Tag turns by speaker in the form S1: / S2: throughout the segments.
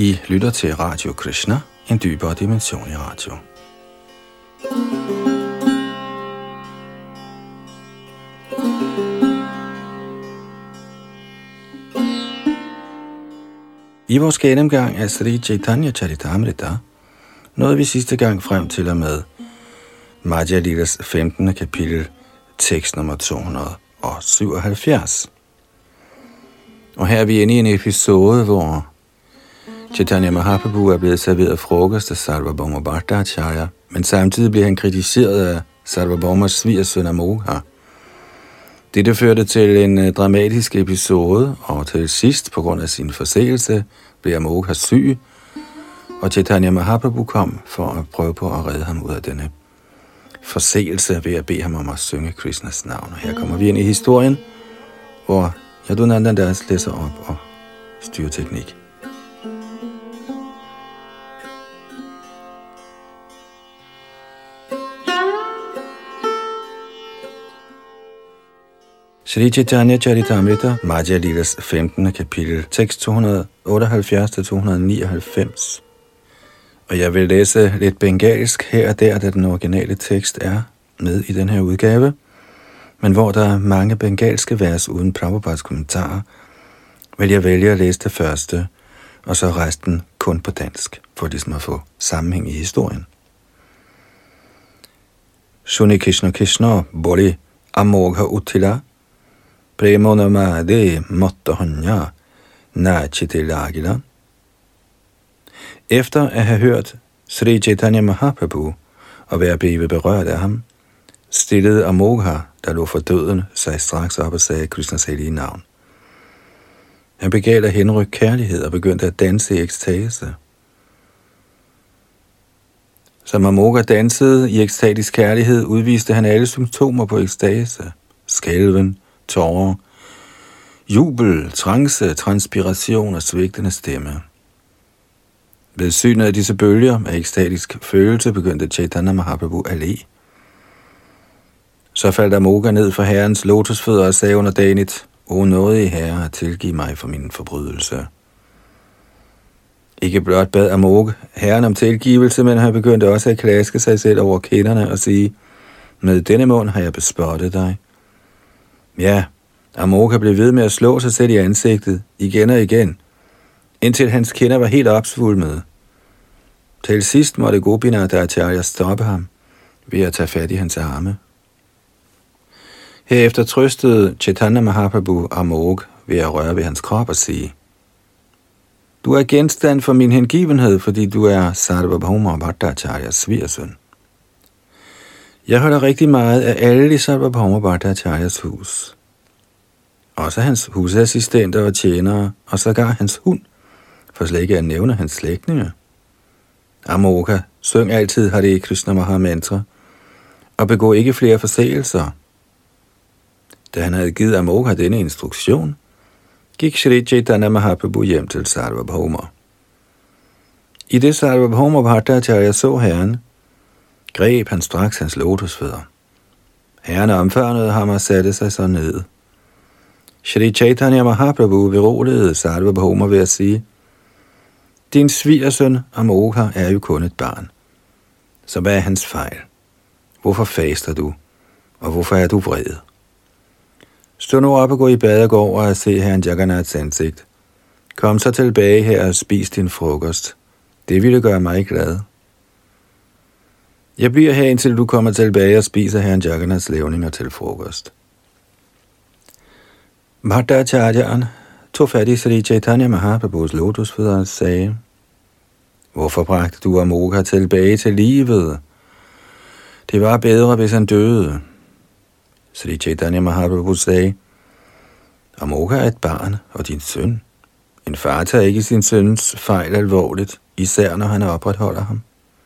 S1: I lytter til Radio Krishna, en dybere dimension i radio. I vores gennemgang af Sri Chaitanya Charitamrita nåede vi sidste gang frem til og med Madhya Lilas 15. kapitel, tekst nummer 277. Og her er vi inde i en episode, hvor Chaitanya Mahaprabhu er blevet serveret frokost af Sarvabhauma Bhattacharya, men samtidig bliver han kritiseret af Sarvabhaumas svigersøn Amogha. Dette førte til en dramatisk episode, og til sidst, på grund af sin forseelse, blev Amogha syg, og Chaitanya Mahaprabhu kom for at prøve på at redde ham ud af denne forseelse ved at bede ham om at synge Krishnas navn. Og her kommer vi ind i historien, hvor Yadunandan Das læser op og styrer teknik. Sri Chaitanya Charitamrita, Madhya Lilas 15. kapitel, tekst 278-299. Og jeg vil læse lidt bengalsk her og der, da den originale tekst er med i den her udgave, men hvor der er mange bengalske vers uden Prabhupads kommentarer, vil jeg vælge at læse det første, og så resten kun på dansk, for ligesom at få sammenhæng i historien. Shuni Krishna Krishna Boli Amogha Uttila Premonamade Mottahanya Nachitilagila. Efter at have hørt Sri Chaitanya Mahaprabhu og være blevet berørt af ham, stillede Amogha, der lå for døden, sig straks op og sagde Krishnas hellige navn. Han begav at henrykke kærlighed og begyndte at danse i ekstase. Som Amogha dansede i ekstatisk kærlighed, udviste han alle symptomer på ekstase: skælven, tårer, jubel, trance, transpiration og svigtende stemme. Ved synet af disse bølger af ekstatisk følelse begyndte Chaitanya Mahaprabhu at le. Så faldt Amogha ned for herrens lotusfødder og sagde underdanigt: O nådige herre, tilgiv mig for min forbrydelse. Ikke blot bad Amogha herren om tilgivelse, men han begyndte også at klaske sig selv over kinderne og sige: med denne mund har jeg bespottet dig. Ja, Amogha blev ved med at slå sig selv i ansigtet igen og igen, indtil hans kinder var helt opsvulmede. Til sidst måtte Gopinath Acharya stoppe ham ved at tage fat i hans arme. Herefter trøstede Chaitanya Mahaprabhu Amogha ved at røre ved hans krop og sige: du er genstand for min hengivenhed, fordi du er Sarvabhauma Bhattacharyas svigersøn. Jeg holder rigtig meget af alle i Sarvabhauma Bhattacharyas hus. Også hans husassistenter og tjenere, og sågar hans hund, for slet ikke at nævne hans slægtninge. Amogha syng altid Hare Krishna Maha Mantra og begå ikke flere forseelser. Da han havde givet Amogha denne instruktion, gik Sri Chaitanya Mahaprabhu hjem til Sarvabhauma. I det Sarvabhauma Bhattacharya så herren, greb han straks hans lotusfødder. Herren omfavnede ham og satte sig så ned. Sri Chaitanya Mahaprabhu beroligede Sarvabhauma ved at sige: din svigersøn Amogha er jo kun et barn. Så hvad er hans fejl? Hvorfor faster du? Og hvorfor er du vred? Stå nu op og gå i bad og gå over og se herren Jagannaths ansigt. Kom så tilbage her og spis din frokost. Det ville gøre mig glad. Jeg bliver her, indtil du kommer tilbage og spiser herren Jagannaths levninger til frokost. Bhattacharyaen tog fat i Sri Chaitanya Mahaprabhus lotusfødder og sagde: hvorfor bragte du Amogha tilbage til livet? Det var bedre, hvis han døde. Sri Chaitanya Mahaprabhu sagde: Amogha er et barn og din søn. En far tager ikke sin søns fejl alvorligt, især når han opretholder ham.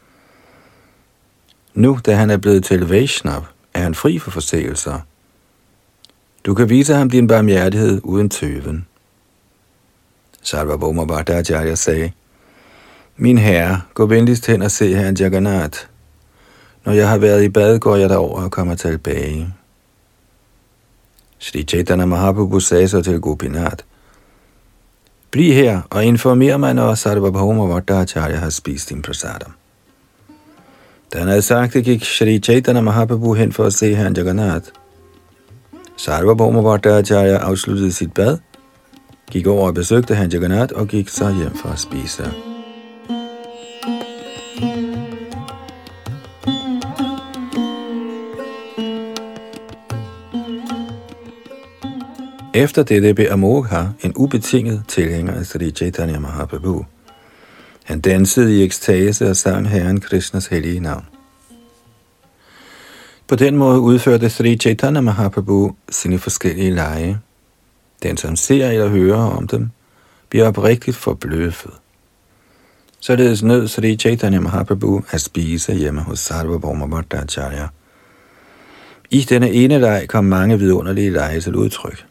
S1: Nu, da han er blevet til Vaishnav, er han fri for forseelser. Du kan vise ham din barmhjertighed uden tøven. Sarvabhauma Bhattacharya sagde: min herre, gå venligst hen og se herren Jagannath. Når jeg har været i bad, går jeg derover og kommer tilbage. Sri Chaitanya Mahaprabhu sagde så til Gopinath: Bliv her og informer mig, når Sarvabhauma Bhattacharya har spist din prasadam. Da han havde sagt det, gik Shri Chaitanya Mahaprabhu hen for at se herren Jagannath. Sarvabhauma Bhattacharya afsluttede sit bad, gik over og besøgte herren Jagannath og gik så hjem for at spise. Efter dette blev Amogha en ubetinget tilhænger af Sri Chaitanya Mahaprabhu. Han dansede i ekstase og sang herren Krishnas hellige navn. På den måde udførte Sri Chaitanya Mahaprabhu sine forskellige lege. Den, som ser eller hører om dem, bliver oprigtigt forbløffet. Således nød Sri Chaitanya Mahaprabhu at spise hjemme hos Sarvabhauma Bhattacharya. I denne ene leg kom mange vidunderlige lege til udtryk.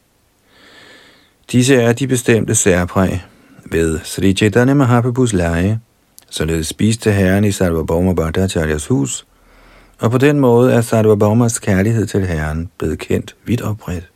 S1: Disse er de bestemte særpræg ved Sri Chaitanya Mahaprabhus lege, således spiste herren i Sarvabhauma Bhattacharyas hus, og på den måde er Sarvabhaumas kærlighed til herren blevet kendt vidt og bredt.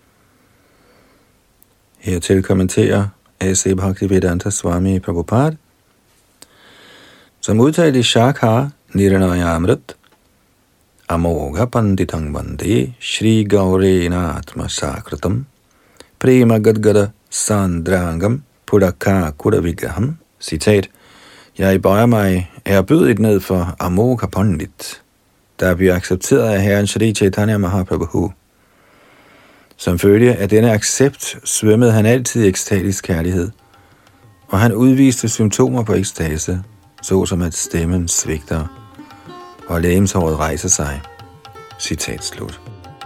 S1: Hertil kommenterer A.C. Bhaktivedanta Swami Prabhupada, som udtalte i Shakha Nirnaya Amrit, Amogha Panditang Bande Shri Gaurena Atma Sakratam Prema Gadgada Sandrangam Pudaka Kudavigraham. Citat: Jeg bøjer mig ærbødigt ned for Amogha Pandit, der bliver accepteret af herren Shri Chaitanya Mahaprabhu. Som følge af denne accept svømmede han altid i ekstatisk kærlighed, og han udviste symptomer på ekstase, såsom at stemmen svigter og legemshåret rejser sig. Citat slut.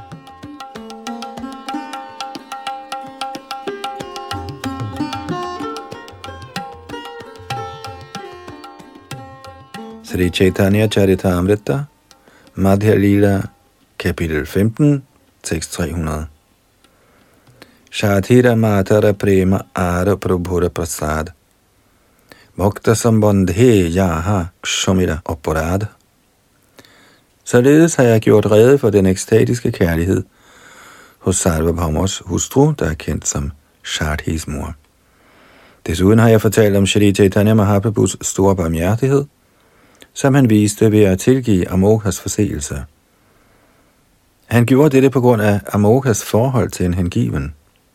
S1: Sri Chaitanya Charitamrita, Madhya Lila, kapitel 15, tekst 300. Shathira matara prema ara prabhura prasad Bhakta sambandhe yaha kshomira oparad. Således har jeg gjort rede for den ekstatiske kærlighed hos Sarvabhaumas hustru, der er kendt som Shathis mor. Desuden har jeg fortalt om Shri Chaitanya Mahaprabhus store barmhjertighed, som han viste ved at tilgive Amoghas forseelse. Han gjorde dette på grund af Amoghas forhold til en hengiven.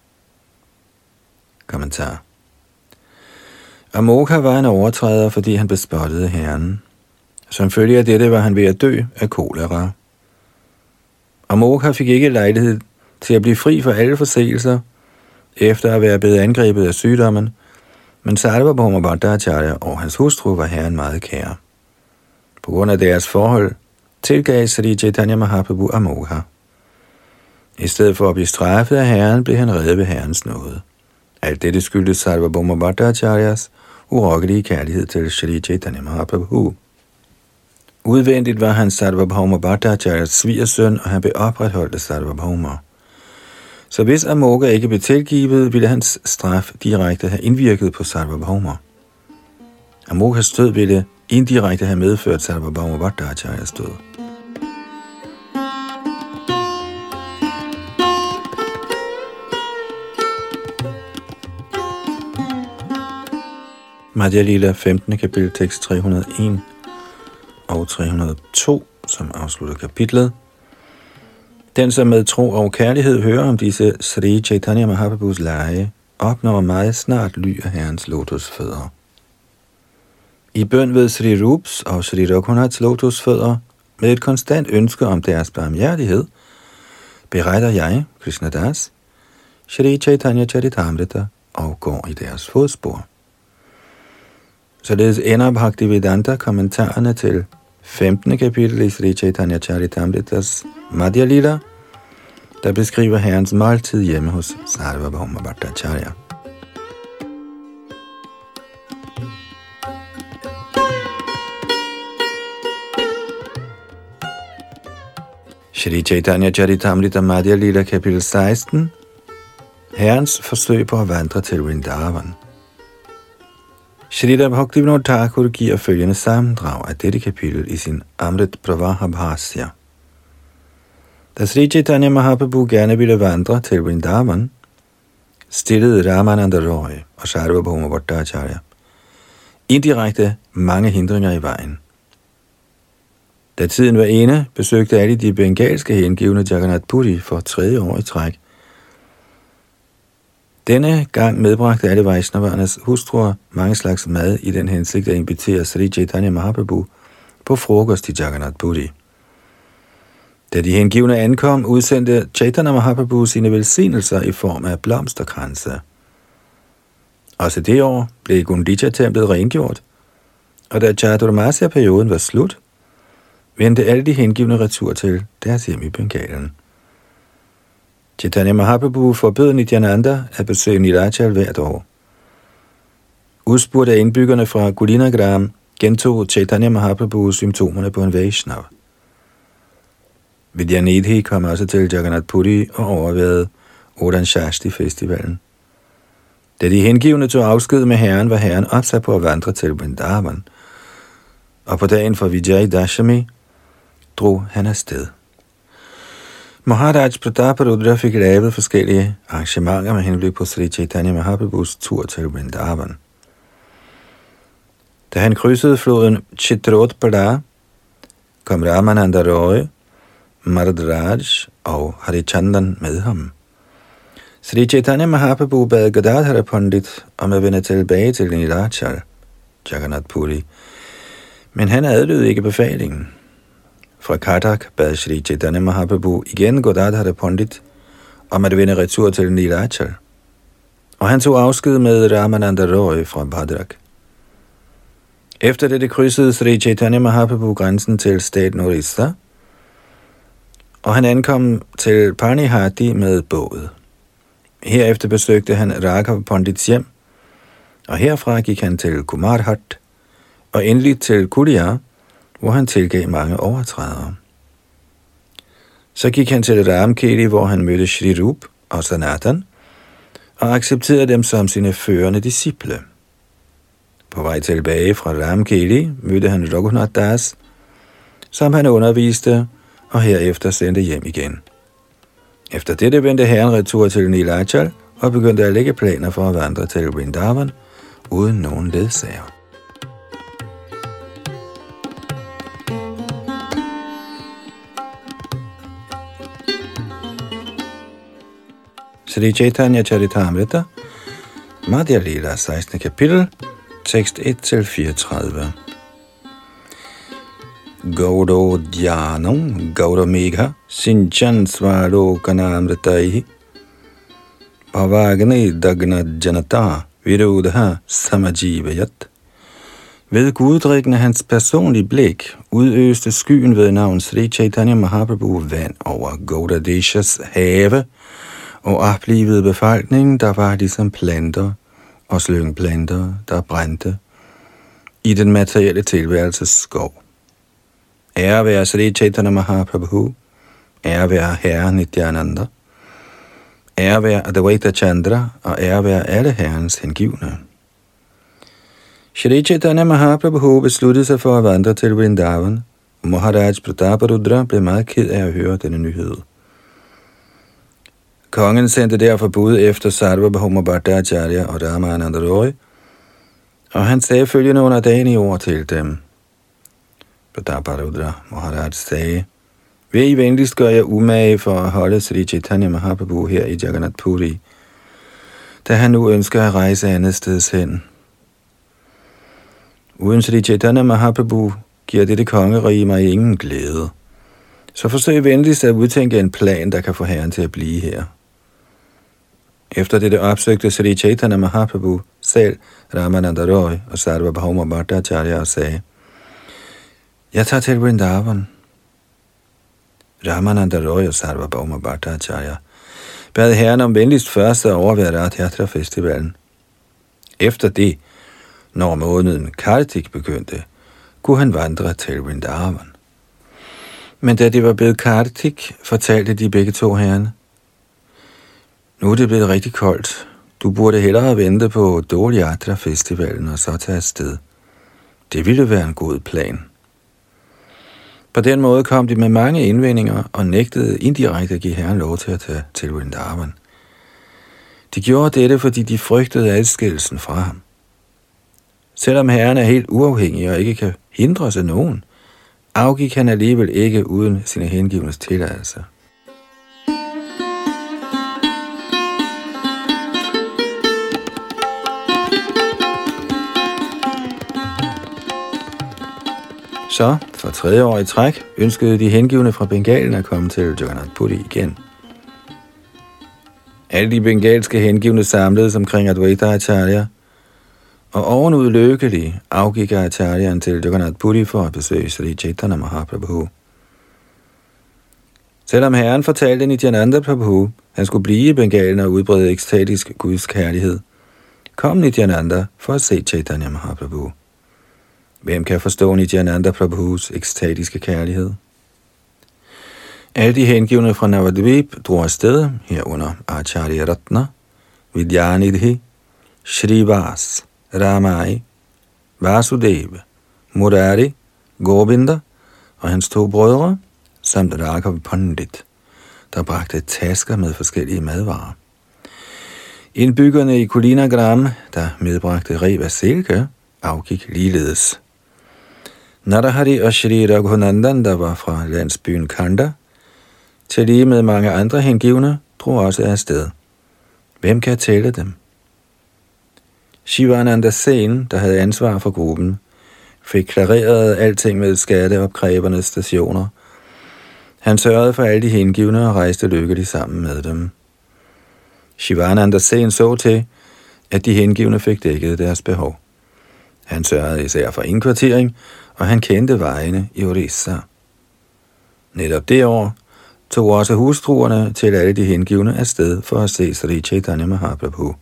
S1: Kommentar. Amogha var en overtræder, fordi han bespottede herren. Som følge af dette var han ved at dø af kolera. Amogha fik ikke lejlighed til at blive fri for alle forseelser, efter at være blevet angrebet af sygdommen, men Sarvabhauma Bhattacharya og hans hustru var herren meget kære. På grund af deres forhold tilgav Sri Chaitanya Mahaprabhu Amogha. I stedet for at blive straffet af herren, blev han reddet ved herrens nåde. Alt dette skyldtes Sarvabhauma Bhattacharyas urokkelige kærlighed til Shri Chaitanya Mahaprabhu. Udvendigt var han Sarvabhauma Bhattacharyas svigersøn, og han blev opretholdt af Sarvabhauma. Så hvis Amogha ikke blev tilgivet, ville hans straf direkte have indvirket på Sarvabhauma. Amoghas død ville indirekte have medført Sarvabhauma Bhattacharyas død. Madhya Lila 15. kapitel, tekst 301 og 302, som afslutter kapitlet. Den, som med tro og kærlighed hører om disse Sri Chaitanya Mahaprabhus lege, opnår meget snart ly af herrens lotusfødder. I bøn ved Sri Rups og Sri Raghunaths lotusfødder, med et konstant ønske om deres barmhjertighed, beretter jeg, Krishnadas, Shri Chaitanya Charitamrita og går i deres fodspor. Således ender Bhaktivedanta kommentarerne til 15. kapitel i Sri Chaitanya Charitamritas Madhya Lila, der beskriver herrens måltid hjemme hos Sarvabhauma Bhattacharya. Shri Chaitanya Charitamrita Madhya Lila kapitel 16. Herrens forsøg på at vandre til Vrindavan. Shrita Bhaktivinoda Thakur giver følgende sammendrag af dette kapitel i sin Amrit Pravaha Bhasya. Da Sri Chaitanya Mahaprabhu gerne ville vandre til Vrindavan, stillede Ramananda Roy og Sarvabhauma Bhattacharya indirekte mange hindringer i vejen. Da tiden var inde, besøgte alle de bengalske hengivne Jagannath Puri for 3. år i træk. Denne gang medbragte alle Vaishnavarnes hustruer mange slags mad i den hensigt at invitere Sri Chaitanya Mahaprabhu på frokost i Jagannath Puri. Da de hengivne ankom, udsendte Chaitanya Mahaprabhu sine velsignelser i form af blomsterkranse. Også det år blev Gundicha-templet rengjort, og da Chaturmasya-perioden var slut, vendte alle de hengivne retur til deres hjem i Bengalen. Chaitanya Mahaprabhu forbød Nityananda at besøge Nilachal hvert år. Udspurgt af indbyggerne fra Gulinagram gentog Chaitanya Mahaprabhu symptomerne på en Vaishnav. Vidyanidhi kom også til Jagannath Puri og overværede Odanshashti-festivalen. Da de hengivne tog afsked med herren, var herren opsat på at vandre til Vrindavan, og på dagen for Vijay Dashami drog han afsted. Maharaj Prataparudra fik lavet forskellige arrangementer med henblik på Sri Chaitanya Mahaprabhus tur til Vrindavan. Da han krydsede floden Chitrotpala, kom Ramananda Roy, Maradraj og Harichandan med ham. Sri Chaitanya Mahaprabhu bad Gadadhara Pandit om at vende tilbage til Nilachal, Jagannath Puri, men han adlød ikke befalingen. Fra Kathak bad Sri Chaitanya Mahaprabhu igen Gadadhara Pandit om at vende retur til Nilachal, og han tog afsked med Ramananda Roy fra Bhadrak. Efter dette krydsede Sri Chaitanya Mahaprabhu grænsen til staten Orissa, og han ankom til Panihati med båd. Herefter besøgte han Raghav Pandits hjem, og herfra gik han til Kumarhat, og endelig til Kulia, hvor han tilgav mange overtrædere. Så gik han til Ramkeli, hvor han mødte Shri Rup og Sanatan, og accepterede dem som sine førende disciple. På vej tilbage fra Ramkeli mødte han Raghunath Das, som han underviste, og herefter sendte hjem igen. Efter dette vendte herren retur til Nilachal og begyndte at lægge planer for at vandre til Vrindavan uden nogen ledsager. Sri Chaitanya Charitamrita, Madhya Lila, 16. kapitel, tekst 1-34. Gaudo Dhyanam Gaudo Megha Sinchan Svalokanamritaihi Bhavagni Dagna Janata Virudha Samajivayat. Ved guddrikken af hans personlige blik udøste skyen ved navn Sri Chaitanya Mahaprabhu vand over Gaudadeshas have og oplevede befolkningen, der var ligesom planter og slyngplanter, der brændte i den materielle tilværelses skov. Ære være Sri Chaitanya Mahaprabhu, ære være Herre Nityananda, ære være Advaita Chandra og ære være alle herrens hengivne. Sri Chaitanya Mahaprabhu besluttede sig for at vandre til Vrindavan, og Maharaj Prataparudra blev meget ked af at høre denne nyhed. Kongen sendte derfor bud efter Sarvabhauma Bhattacharya og Ramananda Roy, og han sagde følgende under dagen i ord til dem. Prataparudra Maharaj sagde: Vil I venligst gøre jer umage for at holde Sri Chaitanya Mahaprabhu her i Jagannath Puri, da han nu ønsker at rejse andet sted hen. Uden Sri Chaitanya Mahaprabhu giver dette kongerige mig ingen glæde. Så forsøg venligst at udtænke en plan, der kan få herren til at blive her. Efter dette opsøgte Sri Chaitanya Mahaprabhu selv Ramananda Roy og Sarvabhauma Bhattacharya og sagde: Jeg tager til Vrindavan. Ramananda Roy og Sarvabhauma Bhattacharya bad herren om venligst først at overvære Rath Yatra-festivalen. Efter det, når måneden Kartik begyndte, kunne han vandre til Vrindavan. Men da det var blevet Kartik, fortalte de begge to herrene: Nu er det blevet rigtig koldt. Du burde hellere vente på Dol Yatra-festivalen og så tage afsted. Det ville være en god plan. På den måde kom de med mange indvendinger og nægtede indirekte at give herren lov til at tage til Vrindavan. De gjorde dette, fordi de frygtede adskillelsen fra ham. Selvom Herren er helt uafhængig og ikke kan hindres af nogen, afgik han alligevel ikke uden sine hengivnes tilladelse. Så, for 3. år i træk, ønskede de hengivne fra Bengalen at komme til Jagannath Puri igen. Alle de bengalske hengivne samledes omkring Advaita Acharya, og ovenud lykkelige afgik Acharyaen til Jagannath Puri for at besøge Sri Chaitanya Mahaprabhu. Selvom Herren fortalte Nityananda Prabhu, han skulle blive i Bengalen og udbrede ekstatisk Guds kærlighed, kom Nityananda for at se Chaitanya Mahaprabhu. Hvem kan forstå Nityananda Prabhus ekstatiske kærlighed? Alle de hengivne fra Navadvip drog afsted, herunder Acharya Ratna, Vidyanidhi, Shrivas, Ramai, Vasudeva, Murari, Govinda og hans 2 brødre, samt Raghav Pandit, der bragte tasker med forskellige madvarer. Indbyggerne i Kulinagram, der medbragte rev af silke, afgik ligeledes. Narahari og Shri Raghunandan, der var fra landsbyen Kanda, til lige med mange andre hengivne, drog også afsted. Hvem kan tælle dem? Shivananda Sen, der havde ansvar for gruppen, fik klareret alting med skatteopkræbernes stationer. Han sørgede for alle de hengivne og rejste lykkeligt sammen med dem. Shivananda Sen så til, at de hengivne fik dækket deres behov. Han sørgede især for indkvartering, og han kendte vejene i Orissa. Netop det år tog også hustruerne til alle de hengivne afsted for at se Sri Chaitanya Mahaprabhu.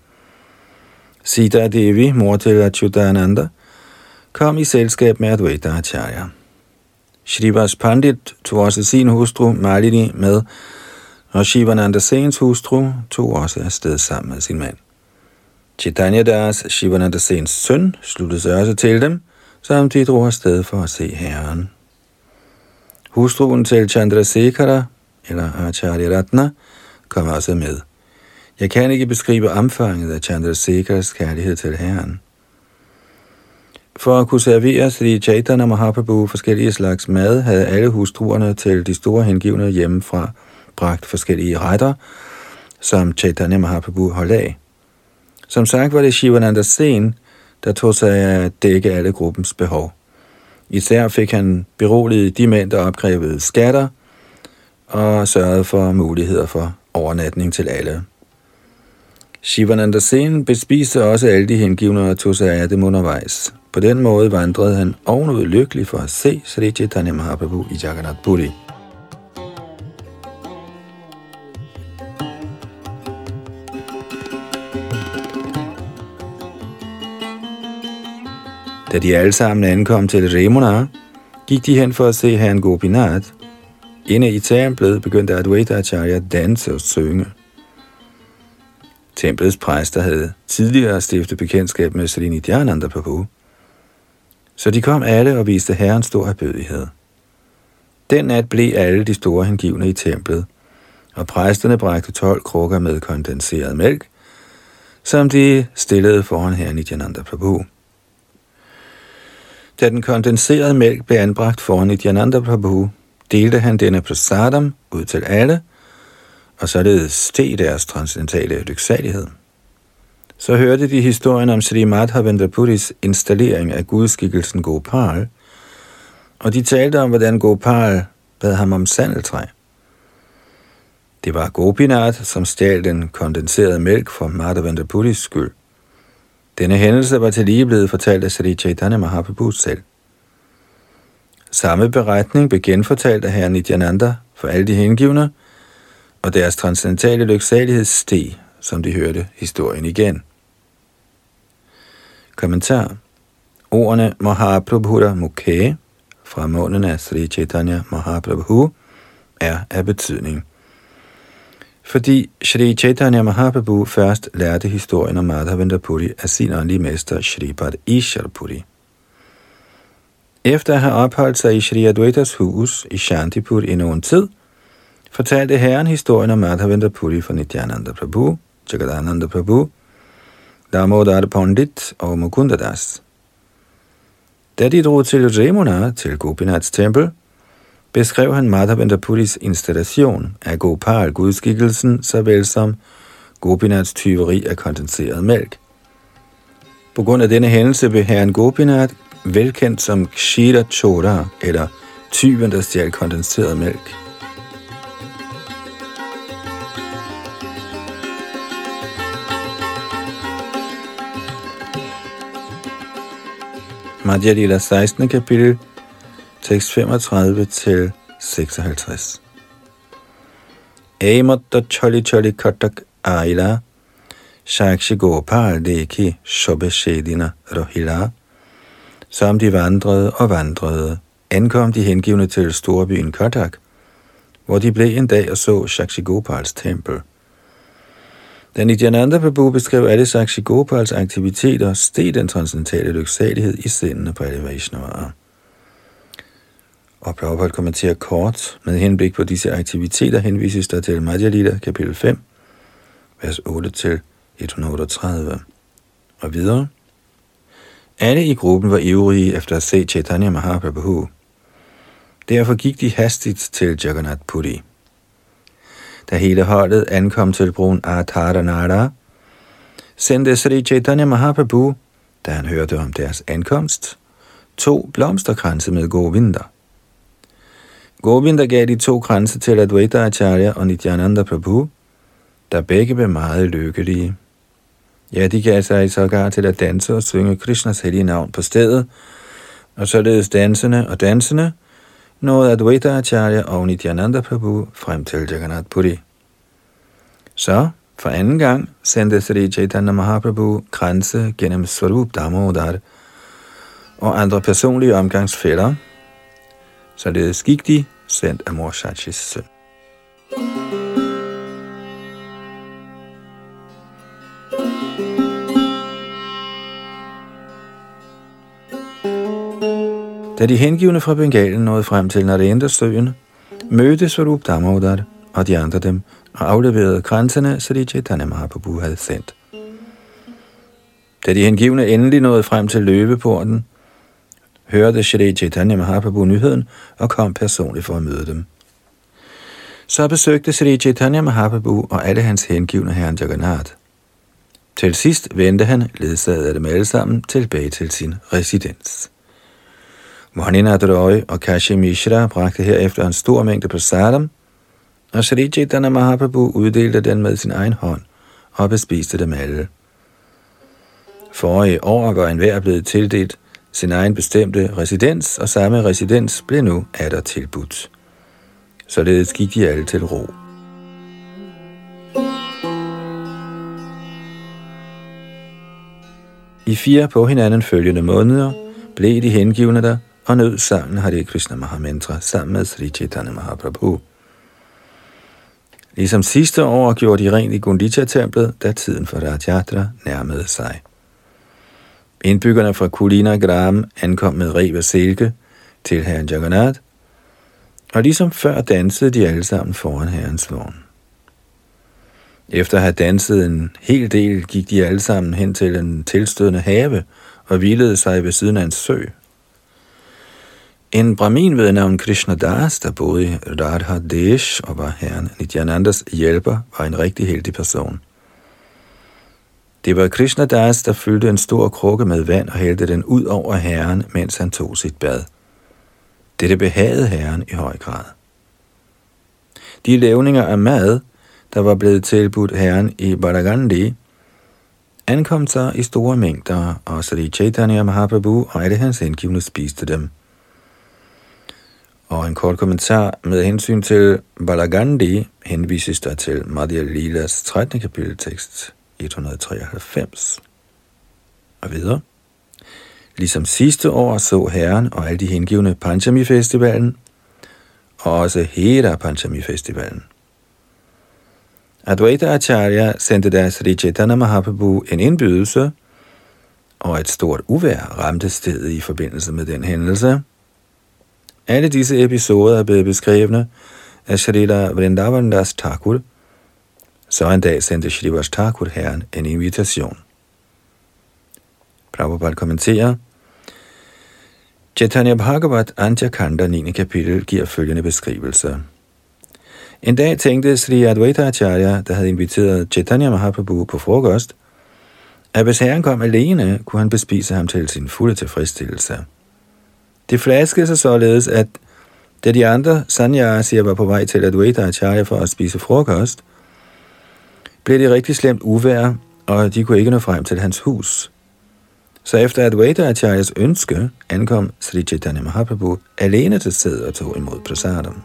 S1: Sita Devi, mor til Achyutananda, kom i selskab med Advaita Acharya. Shrivas Pandit tog også sin hustru Malini med, og Shivananda Sens hustru tog også afsted sammen med sin mand. Chaitanya Das, Shivananda Sens søn, sluttede sig også til dem, som de drog afsted for at se Herren. Hustruen til Chandrasekhara, eller Acharya Ratna, kom også med. Jeg kan ikke beskrive omfanget af Chandrasekharas kærlighed til Herren. For at kunne servere Sri Chaitanya Mahaprabhu forskellige slags mad, havde alle hustruerne til de store hengivne hjemmefra bragt forskellige retter, som Chaitanya Mahaprabhu holdt af. Som sagt var det Shivananda Sen, der tog sig af at dække alle gruppens behov. Især fik han beroliget de mænd, der opkrævede skatter, og sørgede for muligheder for overnatning til alle. Shivananda Sen bespiste også alle de hengivne og tog sig af dem undervejs. På den måde vandrede han ovenud lykkelig for at se Sri Chaitanya Mahaprabhu i Jagannath Puri. Da de alle sammen ankom til Remuna, gik de hen for at se herren Gopinath. Inde i templet begyndte Advaita Acharya at danse og synge. Templets præster havde tidligere stiftet bekendtskab med Sri Nityananda Prabhu, så de kom alle og viste herren stor ærbødighed. Den nat blev alle de store hengivne i templet, og præsterne bragte 12 krukker med kondenseret mælk, som de stillede foran herren Nityananda Prabhu. Da den kondenserede mælk blev anbragt foran Nityananda Prabhu, delte han denne prasadam ud til alle, og således steg deres transcendentale lyksalighed. Så hørte de historien om Sri Madhavendra Puris installering af gudskikkelsen Gopal, og de talte om, hvordan Gopal bad ham om sandeltræ. Det var Gopinath, som stjal den kondenserede mælk for Madhavendra Puris skyld. Denne hændelse var tillige blevet fortalt af Sri Chaitanya Mahaprabhu selv. Samme beretning blev genfortalt af herren Nityananda for alle de hengivne, og deres transcendentale lyksalighed steg, som de hørte historien igen. Kommentar. Ordene Mahaprabhura Mukhe fra munden af Sri Chaitanya Mahaprabhu er af betydning. Fordi Sri Chaitanya Mahaprabhu først lærte historien om Madhavendra Puri af sin åndelige mester Shripad Ishar Puri. Efter at have opholdt sig i Shri Advaitas hus i Shantipur i nogen tid, fortalte herren historien om Madhavendra Puri for Nityananda Prabhu Jagadananda Prabhu, Damodar Pandit og Mukunda Das. Da de drog til Yamuna, til Gopinaths tempel, beskrev han Madhavendra Puris installation af Gopal, gudskikkelsen, såvel som Gopinaths tyveri af kondenseret mælk. På grund af denne hændelse blev herren Gopinath velkendt som Kshira Chora, eller tyven, der stjal kondenseret mælk. Madhya Lila 16. kapitel, tekst 35 til 56. Amatta chali chali katak aila, Shakshi Gopal deki shobeshedina rohila. Som de vandrede, ankom de hengivne til storbyen Katak, hvor de blev en dag og så Shakshi Gopals tempel. Da Nityananda Prabhu beskrev alle Shakshi Gopals aktiviteter, steg den transcendentale lyksalighed i sindene på alle Vaishnavaer. Og Prabhupada kommenterer kort, med henblik på disse aktiviteter henvises der til Madhya Lila, kapitel 5, vers 8-138. Og videre. Alle i gruppen var ivrige efter at se Chaitanya Mahaprabhu. Derfor gik de hastigt til Jagannath Puri. Da hele holdet ankom til broen Adharanara, sendte Sri Chaitanya Mahaprabhu, da han hørte om deres ankomst, 2 blomsterkranse med Govinda. Govinda gav de 2 kranse til Advaita Acharya og Nityananda Prabhu, der begge blev meget lykkelige. Ja, de gav sig sågar til at danse og synge Krishnas hellige navn på stedet, og således dansende nåede Advaita Acharya og Nityananda Prabhu frem til Jagannath Puri. Så, for anden gang, sendte Sri Chaitanya Mahaprabhu kranse gennem Swarup Damodar og andre personlige omgangsfæller, således gik de, sendt af Mor Shachis søn. Da de hengivne fra Bengalen nåede frem til Narendra-søen, mødte Swarup Damodar og de andre dem og afleverede kranserne, så de Chaitanya Mahaprabhu havde sendt. Da de hengivne endelig nåede frem til løveporten, hørte Shri Chaitanya Mahaprabhu nyheden og kom personligt for at møde dem. Så besøgte Shri Chaitanya Mahaprabhu og alle hans hengivne herren Jagannath. Til sidst vendte han, ledsaget af dem alle sammen, tilbage til sin residens. Mohaninath Roy og Kashi Mishra bragte herefter en stor mængde prasadam, og Shri Chaitanya Mahaprabhu uddelte den med sin egen hånd og bespiste dem alle. Forrige år var enhver blevet tildelt sin egen bestemte residens, og samme residens blev nu atter tilbudt. Således gik de alle til ro. I 4 på hinanden følgende måneder blev de hengivne der og nød sangen Hare Krishna Mahamantra sammen med Sri Chaitanya Mahaprabhu. Ligesom sidste år gjorde de rent i Gundicha-templet, da tiden for Rath-yatra nærmede sig. Indbyggerne fra Kulina Gram ankom med reb af silke til herren Jagannath, og ligesom før dansede de alle sammen foran herrens vogn. Efter at have danset en hel del, gik de alle sammen hen til en tilstødende have og hvilede sig ved siden af en sø. En brahmin ved navn Krishna Das, der boede i Radha Desh og var herren Nityanandas hjælper, var en rigtig heldig person. Det var Krishna Das, der fyldte en stor krukke med vand og hældte den ud over herren, mens han tog sit bad. Dette behagede herren i høj grad. De levninger af mad, der var blevet tilbudt herren i Badagandi, ankom så i store mængder, og Sri Chaitanya Mahaprabhu og alle hans hengivne spiste dem. Og en kort kommentar med hensyn til Balagandi henvises der til Madhya Lilas 13. kapitel tekst 193. Og videre. Ligesom sidste år så herren og alle de hengivne Panchami-festivalen, og også Hera Panchami-festivalen. Advaita Acharya sendte der Sri Chaitanya Mahaprabhu en indbydelse, og et stort uvejr ramte stedet i forbindelse med den hændelse. Alle disse episoder er blevet beskrevne af Shrila Vrindavan Das Thakur, Så en dag sendte Shrivas Thakur herren en invitation. Prabhupada kommenterer: Chaitanya Bhagavat Antya Kanda 9. kapitel giver følgende beskrivelse. En dag tænkte Sri Advaita Acharya, der havde inviteret Chaitanya Mahaprabhu på frokost, at hvis herren kom alene, kunne han bespise ham til sin fulde tilfredsstillelse. Det flaskede sig således, at da de andre sannyasier var på vej til Advaita Acharya for at spise frokost, blev det rigtig slemt uvejr, og de kunne ikke nå frem til hans hus. Så efter Advaita Acharyas ønske ankom Sri Chaitanya Mahaprabhu alene til stedet og tog imod prasadam.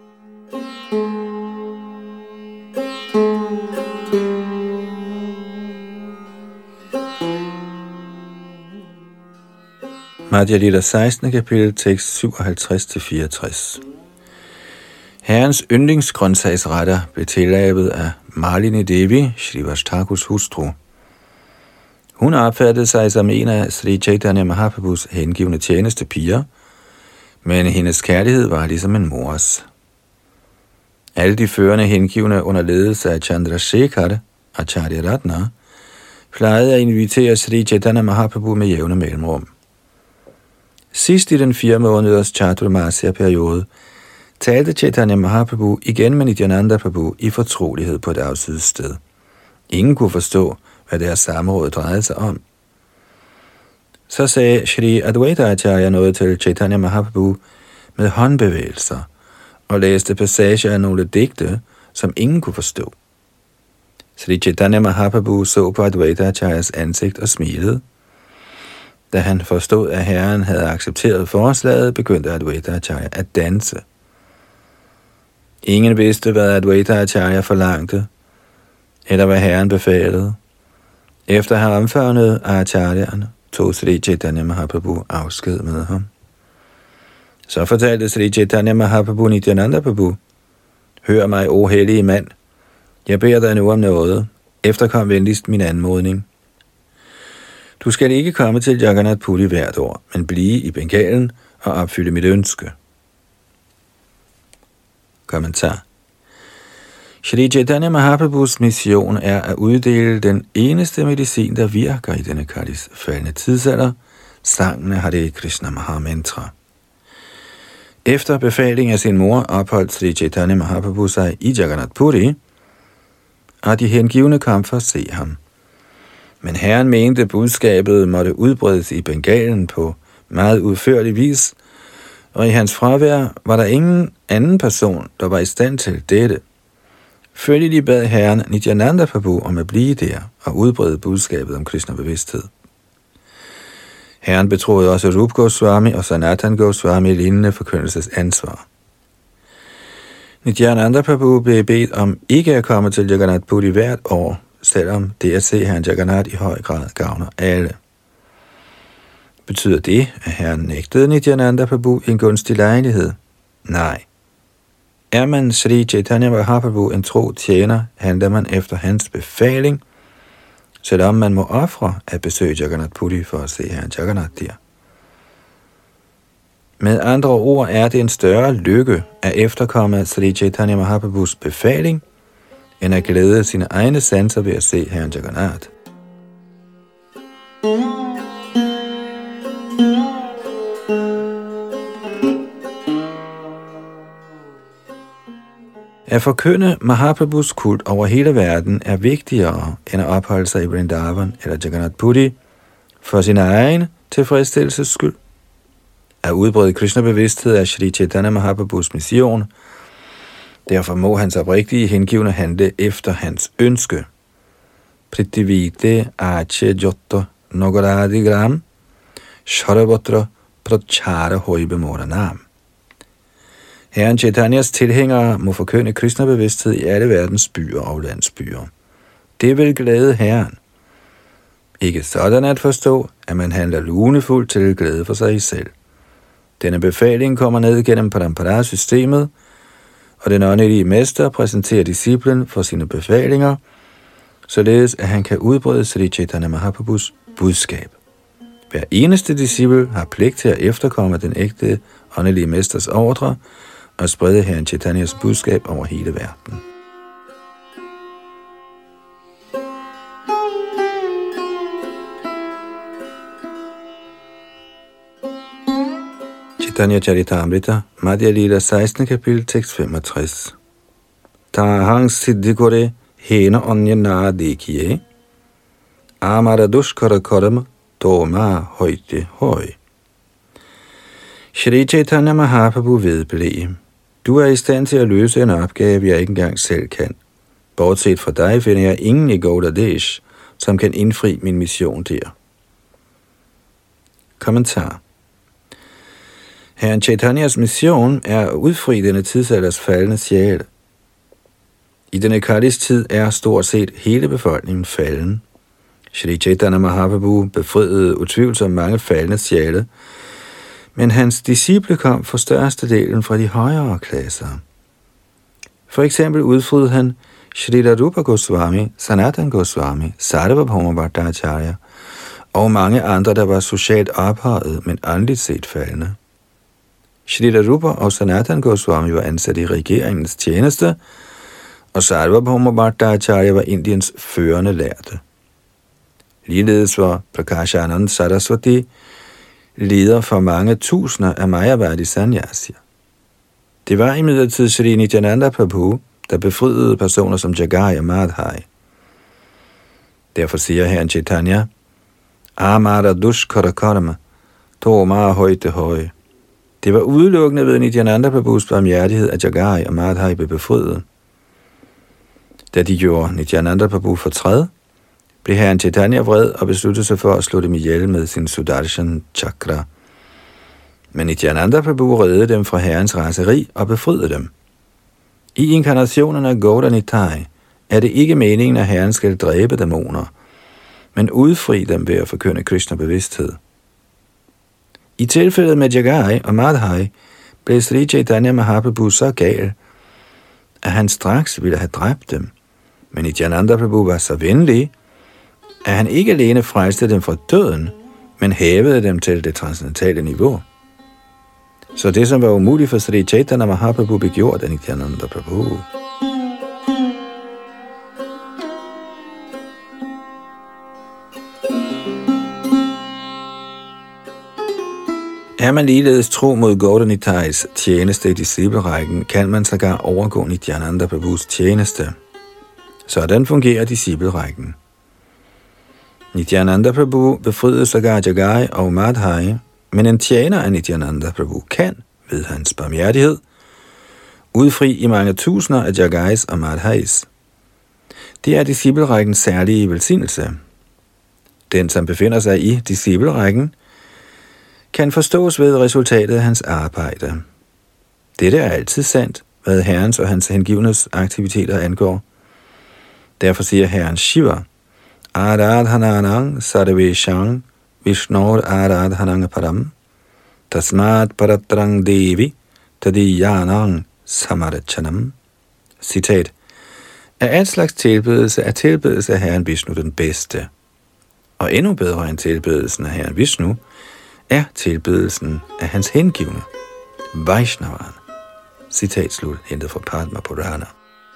S1: Madhya Lila 16. kapitel, tekst 57-64. Herrens yndlingsgrøntsagsretter blev tillavet af Malini Devi, Shrivas Thakurs hustru. Hun opfattede sig som en af Sri Chaitanya Mahaprabhus hengivne tjenestepiger, men hendes kærlighed var ligesom en mors. Alle de førende hengivne under ledelse af Chandrasekhar, Acharya Ratna, plejede at invitere Sri Chaitanya Mahaprabhu med jævne mellemrum. Sidst i den 4 måneders Chaturmasya-periode talte Chaitanya Mahaprabhu igen med Nityananda Prabhu i fortrolighed på et afsides sted. Ingen kunne forstå, hvad deres samråd drejede sig om. Så sagde Shri Advaita Acharya noget til Chaitanya Mahaprabhu med håndbevægelser og læste passager af nogle digte, som ingen kunne forstå. Sri Chaitanya Mahaprabhu så på Advaita Acharyas ansigt og smilede. Da han forstod, at herren havde accepteret forslaget, begyndte Advaita Acharya at danse. Ingen vidste, hvad Advaita Acharya forlangte, eller hvad herren befalede. Efter at have omfavnet acharyerne, tog Sri Chaitanya Mahaprabhu afsked med ham. Så fortalte Sri Chaitanya Mahaprabhu Nityananda Prabhu: Hør mig, o hellige mand. Jeg beder dig nu om noget. Efterkom venligst min anmodning. Du skal ikke komme til Jagannath Puri hvert år, men blive i Bengalen og opfylde mit ønske. Kommentar. Shri Chaitanya Mahaprabhus mission er at uddele den eneste medicin, der virker i denne kalis faldende tidsalder, sangen af Hare Krishna Mahamantra. Efter befaling af sin mor opholdt Sri Chaitanya Mahaprabhu sig i Jagannath Puri, og de hengivne kom for at se ham. Men herren mente, at budskabet måtte udbredes i Bengalen på meget udførlig vis, og i hans fravær var der ingen anden person, der var i stand til dette. Følgelig bad herren Nityananda Prabhu om at blive der og udbrede budskabet om Krishna-bevidsthed. Herren betroede også Rup Goswami og Sanatan Goswami lignende forkyndelsesansvar. Nityananda Prabhu blev bedt om ikke at komme til Jagannath Puri hvert år, selvom det at se herren Jagannath i høj grad gavner alle. Betyder det, at herren nægtede Nityananda Prabhu en gunstig lejlighed? Nej. Er man Sri Chaitanya Mahaprabhu en tro tjener, handler man efter hans befaling, selvom man må ofre at besøge Jagannath Puri for at se herren Jagannath der. Med andre ord er det en større lykke at efterkomme Sri Chaitanya Mahaprabhus befaling, end at glæde sine egne sanser ved at se herren Jagannath. At forkynde Mahaprabhus kult over hele verden er vigtigere end at opholde sig i Vrindavan eller Jagannath Puri for sin egen tilfredsstillelses skyld. At udbrede Krishna-bevidsthed er Shri Chaitanya Mahaprabhus mission. Derfor må hans oprigtige hengivne handle efter hans ønske. Pritivite ache jotto nogoradigram sharabatra prachara hoibe moranam. Herren Chaitanyas tilhængere må forkynde Krishna-bevidsthed i alle verdens byer og landsbyer. Det vil glæde herren. Ikke sådan at forstå, at man handler lunefuldt til glæde for sig selv. Denne befaling kommer ned gennem parampara-systemet, og den åndelige mester præsenterer disciplen for sine befalinger, således at han kan udbrede Sri Chaitanya Mahaprabhus budskab. Hver eneste disciple har pligt til at efterkomme den ægte åndelige mesters ordre og sprede herren Chaitanyas budskab over hele verden. Chaitanya Charitamrita, Madhya Lila 16. kapitel, tekst 65. Tahang siddhikore hena anya nadikiye, amara dushkara karma doma højte høj. Shri Chaitanya Mahaprabhu vedblev: Du er i stand til at løse en opgave, jeg ikke engang selv kan. Bortset fra dig finder jeg ingen i Gaudadesh, som kan indfri min mission der. Kommentar. Herren Chaitanyas mission er at udfri denne tidsalders faldende sjæle. I denne Kalis tid er stort set hele befolkningen falden. Shri Chaitanya Mahaprabhu befriede utvivlsomt mange faldende sjæle, men hans disciple kom for størstedelen fra de højere klasser. For eksempel udfriede han Shrila Rupa Goswami, Sanatan Goswami, Sarvabhauma Bhattacharya og mange andre, der var socialt ophøjet, men åndeligt set faldende. Shrila Rupa og Sanatan Goswami var ansat i regeringens tjeneste, og Sarvabhauma Bhattacharya var Indiens førende lærte. Ligeledes var Prakashanand Saraswati leder for mange tusinder af Mayavadi sannyasier. Det var imidlertid Shri Nityananda Prabhu, der befriede personer som Jagai og Madhai. Derfor siger herren Chaitanya: Amara dushkara karma, doma højte høje. Det var udelukkende ved Nityananda Prabhus barmhjertighed, at Jagai og Madhai blev befriet. Da de gjorde Nityananda Prabhu fortræd, blev herren Chaitanya vred og besluttede sig for at slå dem ihjel med sin Sudarshan Chakra. Men Nityananda Prabhu reddede dem fra herrens raseri og befriede dem. I inkarnationen af Gauda Nitai er det ikke meningen, at herren skal dræbe dæmoner, men udfri dem ved at forkynde Krishna bevidsthed. I tilfældet med Jagai og Madhai blev Sri Chaitanya Mahaprabhu så gal, at han straks ville have dræbt dem. Men Nityananda Prabhu var så venlig, at han ikke alene frelste dem fra døden, men hævede dem til det transcendentale niveau. Så det, som var umuligt for Sri Chaitanya Mahaprabhu, blev gjort af Nityananda Prabhu. Er man ligeledes tro mod Gauda Nitais tjeneste i disciplerækken, kan man sågar overgå Nityananda Prabhus tjeneste. Sådan fungerer disciplerækken. Nityananda Prabhu befriede sågar Jagai og Madhai, men en tjener af Nityananda Prabhu kan, ved hans barmhjertighed, udfri i mange tusinder af Jagais og Madhais. Det er disciplerækkens særlige velsignelse. Den, som befinder sig i disciplerækken, kan forstås ved resultatet af hans arbejde. Dette er altid sandt, hvad herrens og hans hengivnes aktiviteter angår. Derfor siger herren Shiva: Aradhananang sarveshang Vishnor Aradhanang param tasmat paratrang devi tadiyanang samarachanam. Citat: Af alt slags tilbedelse er tilbedelse af herren Vishnu den bedste. Og endnu bedre end tilbedelsen af herren Vishnu er tilbedelsen af hans hengivne, Vaishnavan. Citat slut, hentet fra Padma Purana.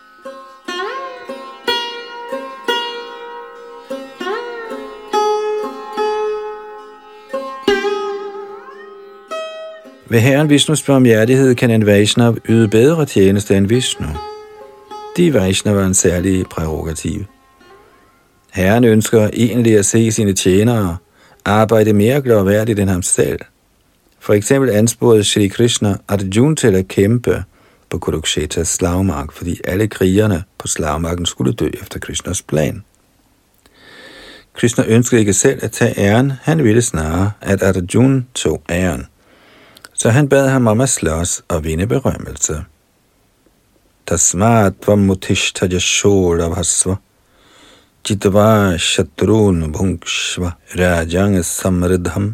S1: Ved herren Vishnus barmhjertighed kan en Vaishnav yde bedre tjeneste end Vishnu. De Vaishnavans særlige prærogativ. Herren ønsker egentlig at se sine tjenere arbejde mere glorværdigt end ham selv. For eksempel ansporede Shri Krishna Arjuna til at kæmpe på Kurukshetas slagmark, fordi alle krigerne på slagmarken skulle dø efter Krishnas plan. Krishna ønskede ikke selv at tage æren, han ville snarere, at Arjuna tog æren. Så han bad ham om at slås og vinde berømmelse. Tasmat vamutishta yashoda bhasva jitva shatrun bhungshva rajang samridham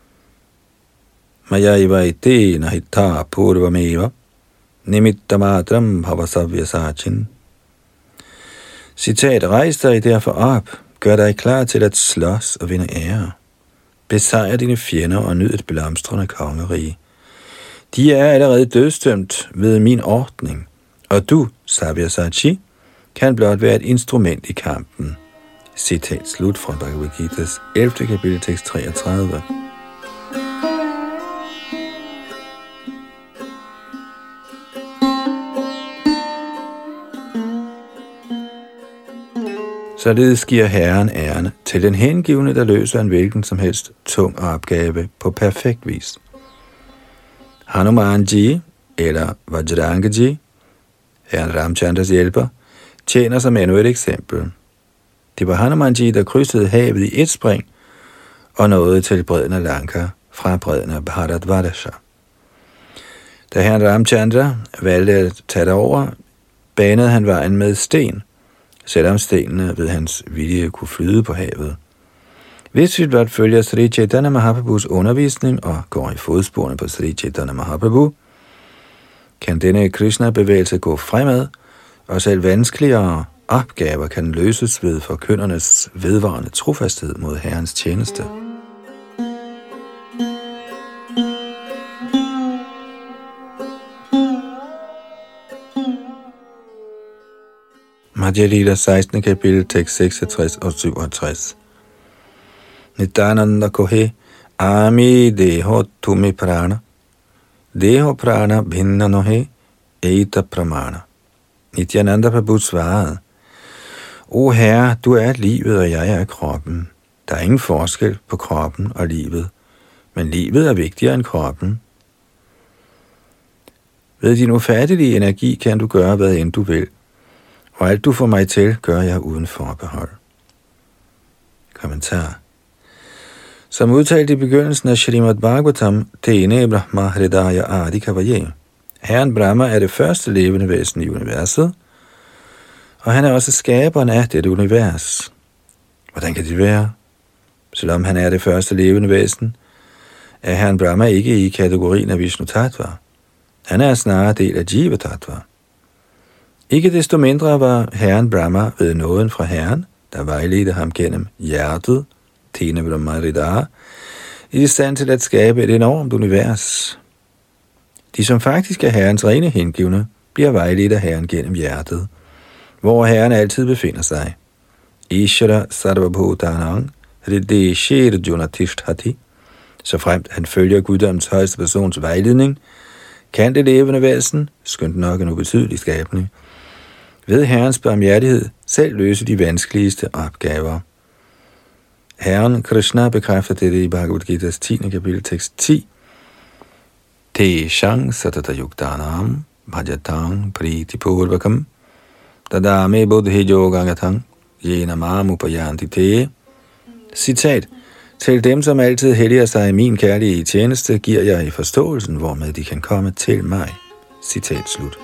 S1: mayaiva ite nahita purvameva nimittamatram bhavasavyasachin. Citat: Rejs dig derfor op, gør dig klar til at slås og vinde ære. Besejr dine fjender og nyd et blomstrende kongerige. De er allerede dødsdømt ved min ordning, og du, Sabyasachi, kan blot være et instrument i kampen. Citat slut fra Bhagavad Gita's 11. kapitel, tekst 33. Således giver Herren æren til den hengivne, der løser en hvilken som helst tung opgave på perfekt vis. Hanumanji eller Vajrangaji, Herren Ramchandras hjælper, tjener som endnu et eksempel. Det var Hanumanji, der krydsede havet i et spring og nåede til bredden af Lanka fra bredden af Bharatvarsha. Da Herren Ramchandra valgte at tage det over, banede han vejen med sten, selvom stenene ved hans vilje kunne flyde på havet. Hvis vi blot følger Sri Chaitanya Mahaprabhus undervisning og går i fodsporene på Sri Chaitanya Mahaprabhu, kan denne Krishna-bevægelse gå fremad, og selv vanskeligere opgaver kan løses ved forkyndernes vedvarende trofasthed mod Herrens tjeneste. Madhya Lila 16. kapitel, tekst 66 og 67. Nityananda kohe ami deho tumi prana, deho prana bhinna nohe eita pramana. Nityananda Prabhu svarede: O Herre, du er livet, og jeg er kroppen. Der er ingen forskel på kroppen og livet, men livet er vigtigere end kroppen. Ved din ufattelige energi kan du gøre, hvad end du vil, og alt du får mig til, gør jeg uden forbehold. Kommentar. Som udtalt i begyndelsen af Srimad Bhagavatam, Tene Brahma Hridaya Adi Kavaye. Herren Brahma er det første levende væsen i universet, og han er også skaberen af dette univers. Hvordan kan det være? Selvom han er det første levende væsen, er Herren Brahma ikke i kategorien af Vishnu Tattva. Han er snarere del af Jiva Tattva. Ikke desto mindre var Herren Brahma ved nåden fra Herren, der vejledte ham gennem hjertet, Tene Brahma Hridaya, i stand til at skabe et enormt univers. De, som faktisk er Herrens rene hengivne, bliver vejledt af Herren gennem hjertet, hvor Herren altid befinder sig. Ishara Sarvabhutanang Hrideshir Junatisthati. Så fremt han følger guddommens højeste persons vejledning, kan det levende væsen, skønt nok en ubetydelig skabning, ved Herrens barmhjertighed selv løse de vanskeligste opgaver. Herren Krishna bekræfter dette i Bhagavad Gita's 10. kapitel, tekst 10. Te shang satata yuktanam bhajatang priti purvakam tadame buddhi yogagatang yena mam upayanti te. Citat. Til dem, som altid helliger sig i min kærlige tjeneste, giver jeg i forståelsen, hvormed de kan komme til mig. Citat slut.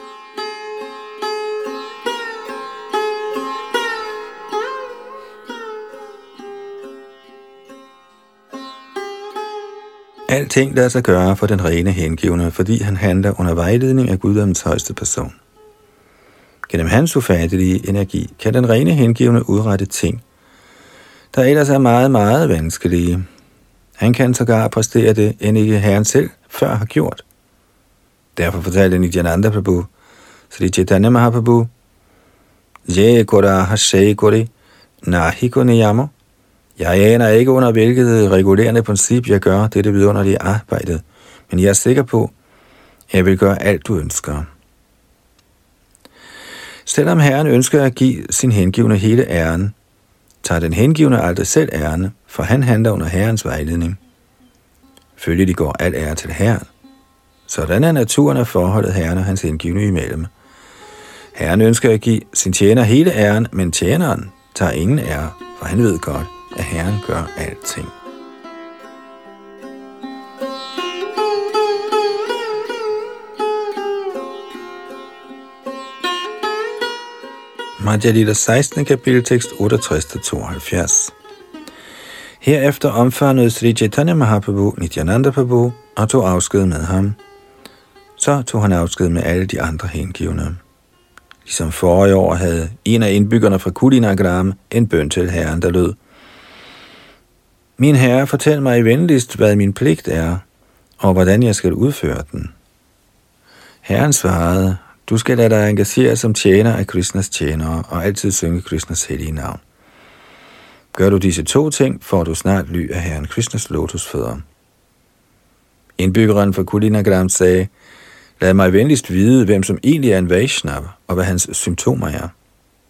S1: Alting lader sig gøre for den rene hengivne, fordi han handler under vejledning af guddommens højeste person. Gennem hans ufattelige energi kan den rene hengivne udrette ting, der ellers er meget, meget vanskelige. Han kan sågar præstere det, end ikke Herren selv før har gjort. Derfor fortalte Nityananda Prabhu, Sri Chaitanya Mahaprabhu, Je kora hashe kore nahi koneyamo. Jeg aner ikke under hvilket regulerende princip jeg gør dette vidunderlige arbejde, men jeg er sikker på, at jeg vil gøre alt du ønsker. Selvom Herren ønsker at give sin hengivne hele æren, tager den hengivne aldrig selv æren, for han handler under Herrens vejledning. Følgelig går al ære til Herren. Sådan er naturen af forholdet Herren og hans hengivne imellem. Herren ønsker at give sin tjener hele æren, men tjeneren tager ingen ære, for han ved godt, at Herren gør alting. Madhya Lila 16. kapitel, tekst 68-72. Herefter omfavnede Sri Chaitanya Mahaprabhu Nityananda Prabhu og tog afsked med ham. Så tog han afsked med alle de andre hengivne. Ligesom forrige år havde en af indbyggerne fra Kulinagram en bøn til Herren, der lød: Min herre, fortæl mig venligst, hvad min pligt er, og hvordan jeg skal udføre den. Herren svarede: Du skal lade dig engagere som tjener af Krishnas tjenere, og altid synge Krishnas hellige navn. Gør du disse to ting, får du snart ly af Herren Krishnas lotusfødder. Indbyggeren fra Kulinagram sagde: Lad mig venligst vide, hvem som egentlig er en Vaishnava, og hvad hans symptomer er.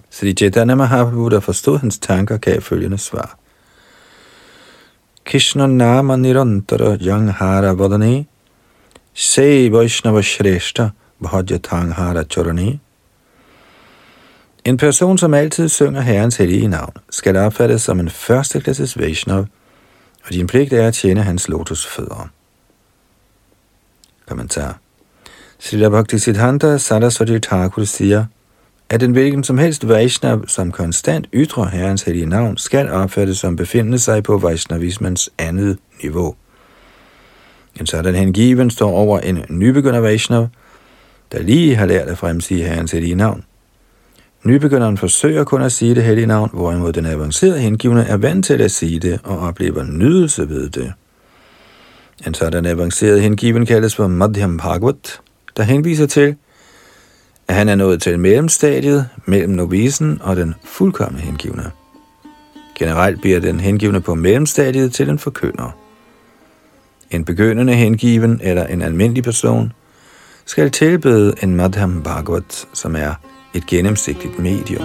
S1: Sri Chaitanya Mahaprabhu, der forstod hans tanker, gav følgende svar. Krishna nama nirantara janghara vadane, se Vaishnava shreshta bhajatanghara charane. En person, som altid synger Herrens hellige navn, skal opfattes som en førsteklasses Vaishnav, og din pligt er at tjene hans lotusfødder. Kommentar. Srila Bhaktisiddhanta Saraswati Thakur siger, at en hvilken som helst Vaishnav, som konstant ytrer Herrens hellige navn, skal opfattes som befindende sig på Vaishnavismens andet niveau. En sådan hengiven står over en nybegynder Vaishnav, der lige har lært at fremsige Herrens hellige navn. Nybegynderen forsøger kun at sige det hellige navn, hvorimod den avancerede hengivne er vant til at sige det og oplever nydelse ved det. En sådan avanceret hengiven kaldes for Madhyam Bhagavat, der henviser til, at han er nået til mellemstadiet mellem novicen og den fuldkomne hengivne. Generelt bliver den hengivne på mellemstadiet til en forkynder. En begyndende hengiven eller en almindelig person skal tilbede en Madhyam Bhagavat, som er et gennemsigtigt medium.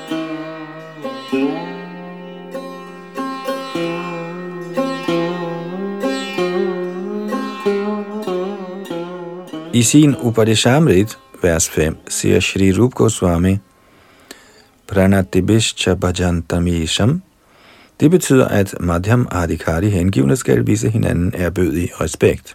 S1: I sin Upadeshamrit, vers 5, siger Shri Rup Goswami, Pranatibishcha bhajantamisham. Det betyder, at Madhyam Adhikari hengivne skal vise hinanden ærbødig respekt.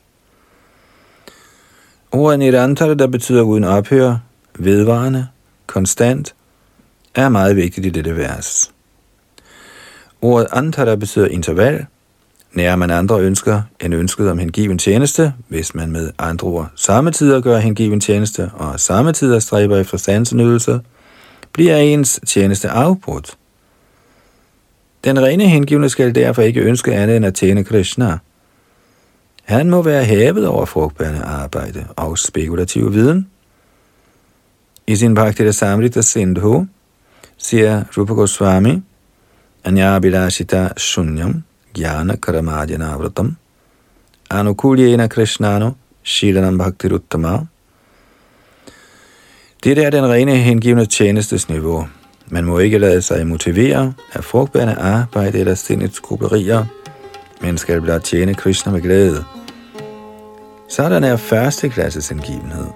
S1: Ordet nirantara, der betyder uden ophør, vedvarende, konstant, er meget vigtigt i dette vers. Ordet antara betyder interval. Nærer man andre ønsker end ønsket om hengiven tjeneste, hvis man med andre ord samme tider gør hengiven tjeneste og samme tider stræber efter sansenydelse, bliver ens tjeneste afbrudt. Den rene hengivne skal derfor ikke ønske andet end at tjene Krishna. Han må være hævet over frugtbærende arbejde og spekulativ viden. I sin Bhaktita Samrita Sindhu siger Rupa Goswami, Anyabhilashita shunyam Jnana Karamadhyana Vratam Anukulyena Krishnano Shilanam Bhaktiruttama. Det er den rene hengivne tjenestes niveau. Man må ikke lade sig motivere af frugtbærende arbejde eller sindets grublerier, men skal blot tjene Krishna med glæde. Sådan er første klasses hengivenhed.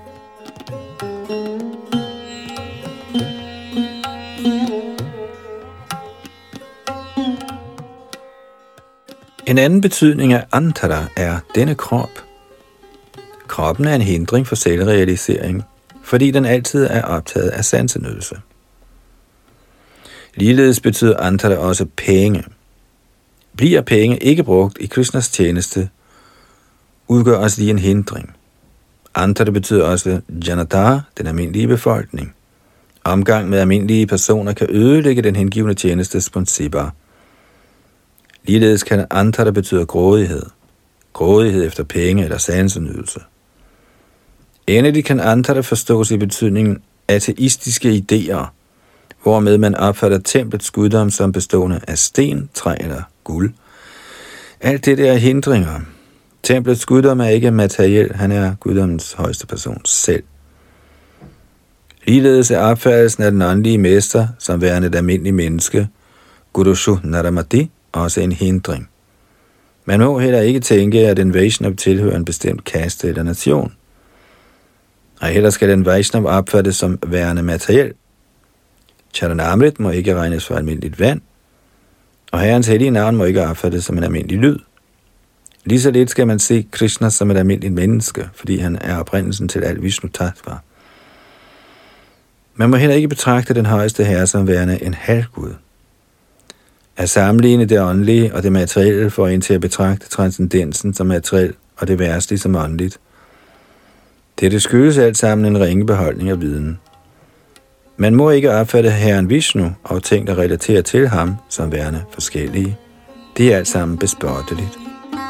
S1: En anden betydning af antara er denne krop. Kroppen er en hindring for selvrealisering, fordi den altid er optaget af sansenydelse. Ligeledes betyder antara også penge. Bliver penge ikke brugt i Krishnas tjeneste, udgør også lige en hindring. Antara betyder også janata, den almindelige befolkning. Omgang med almindelige personer kan ødelægge den hengivne tjenestes principper. Ligeledes kan antara betyde grådighed. Grådighed efter penge eller sansenydelse. Endelig kan antara forstås i betydningen ateistiske idéer, hvormed man opfatter templets guddom som bestående af sten, træ eller guld. Alt det er hindringer. Templets guddom er ikke materiel, han er guddommens højeste person selv. Ligeledes er opfattelsen af den åndelige mester som værende et almindeligt menneske, Gurushu Naramati, også en hindring. Man må heller ikke tænke, at en Vaishnav tilhører en bestemt kaste eller nation. Og heller skal en Vaishnav opfattes som værende materiel. Charanamrit må ikke regnes for almindeligt vand, og Herrens hellige navn må ikke opfattes som en almindelig lyd. Lige så lidt skal man se Krishna som et almindeligt menneske, fordi han er oprindelsen til al Vishnu Tattva. Man må heller ikke betragte den højeste herre som værende en halvgud. At sammenligne det åndelige og det materielle får en til at betragte transcendensen som materiel og det værstlige som åndeligt. Dette skyldes alt sammen en ringe beholdning af viden. Man må ikke opfatte Herren Vishnu og ting, der relaterer til ham, som værende forskellige. Det er alt sammen bespotteligt.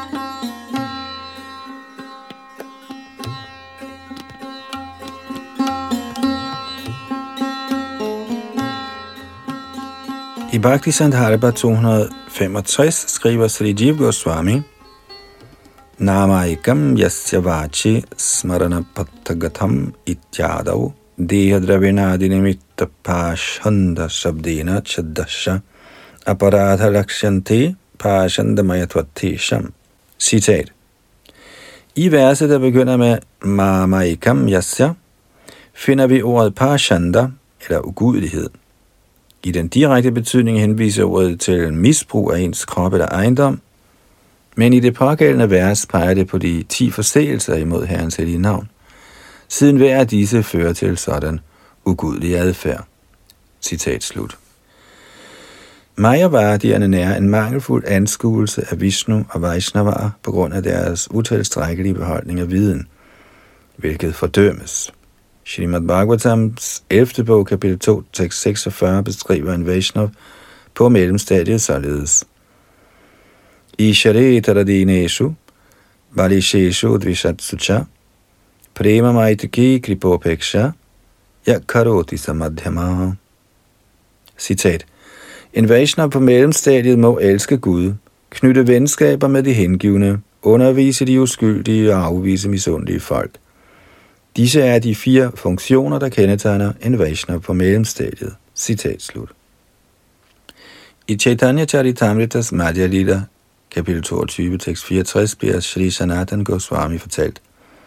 S1: I Bhakti Sandarbha 265 skriver Sri Jiva Goswami, Namaikam yasya vachi smarana pattagatam ityadav dehadravinadinimitta pashanda shabdena chadasha aparadha lakshanti pashandamayatvatisham. Citat. I verset, der begynder med mamaikam yasya, finder vi ordet pashanda, eller ugudelighed. I den direkte betydning henviser ordet til misbrug af ens krop eller ejendom, men i det pågældende vers peger det på de 10 forseelser imod Herrens hellige navn, siden hver af disse fører til sådan ugudelig adfærd. Citat slut. Mayavadierne nærer en mangelfuld anskuelse af Vishnu og Vaishnavaer på grund af deres utilstrækkelige beholdning af viden, hvilket fordømmes. Srimad Bhagavatams 11. bog, kapitel 2, tekst 46, beskriver en Vaishnav på mellemstadiet således. Ishare taradineshu, balisheshu dvishatsucha, prema maitaki kripopeksha, yakaroti samadhyama. Citat. En Vaishnav på mellemstadiet må elske Gud, knytte venskaber med de hengivne, undervise de uskyldige og afvise misundelige folk. Disse er de 4 funktioner, der kendetegner en Vaishnav på mellemstadiet. Citat slut. I Chaitanya Charitamritas Madhya Lila, kapitel 22, tekst 64, bliver Shri Sanatan Goswami fortalt.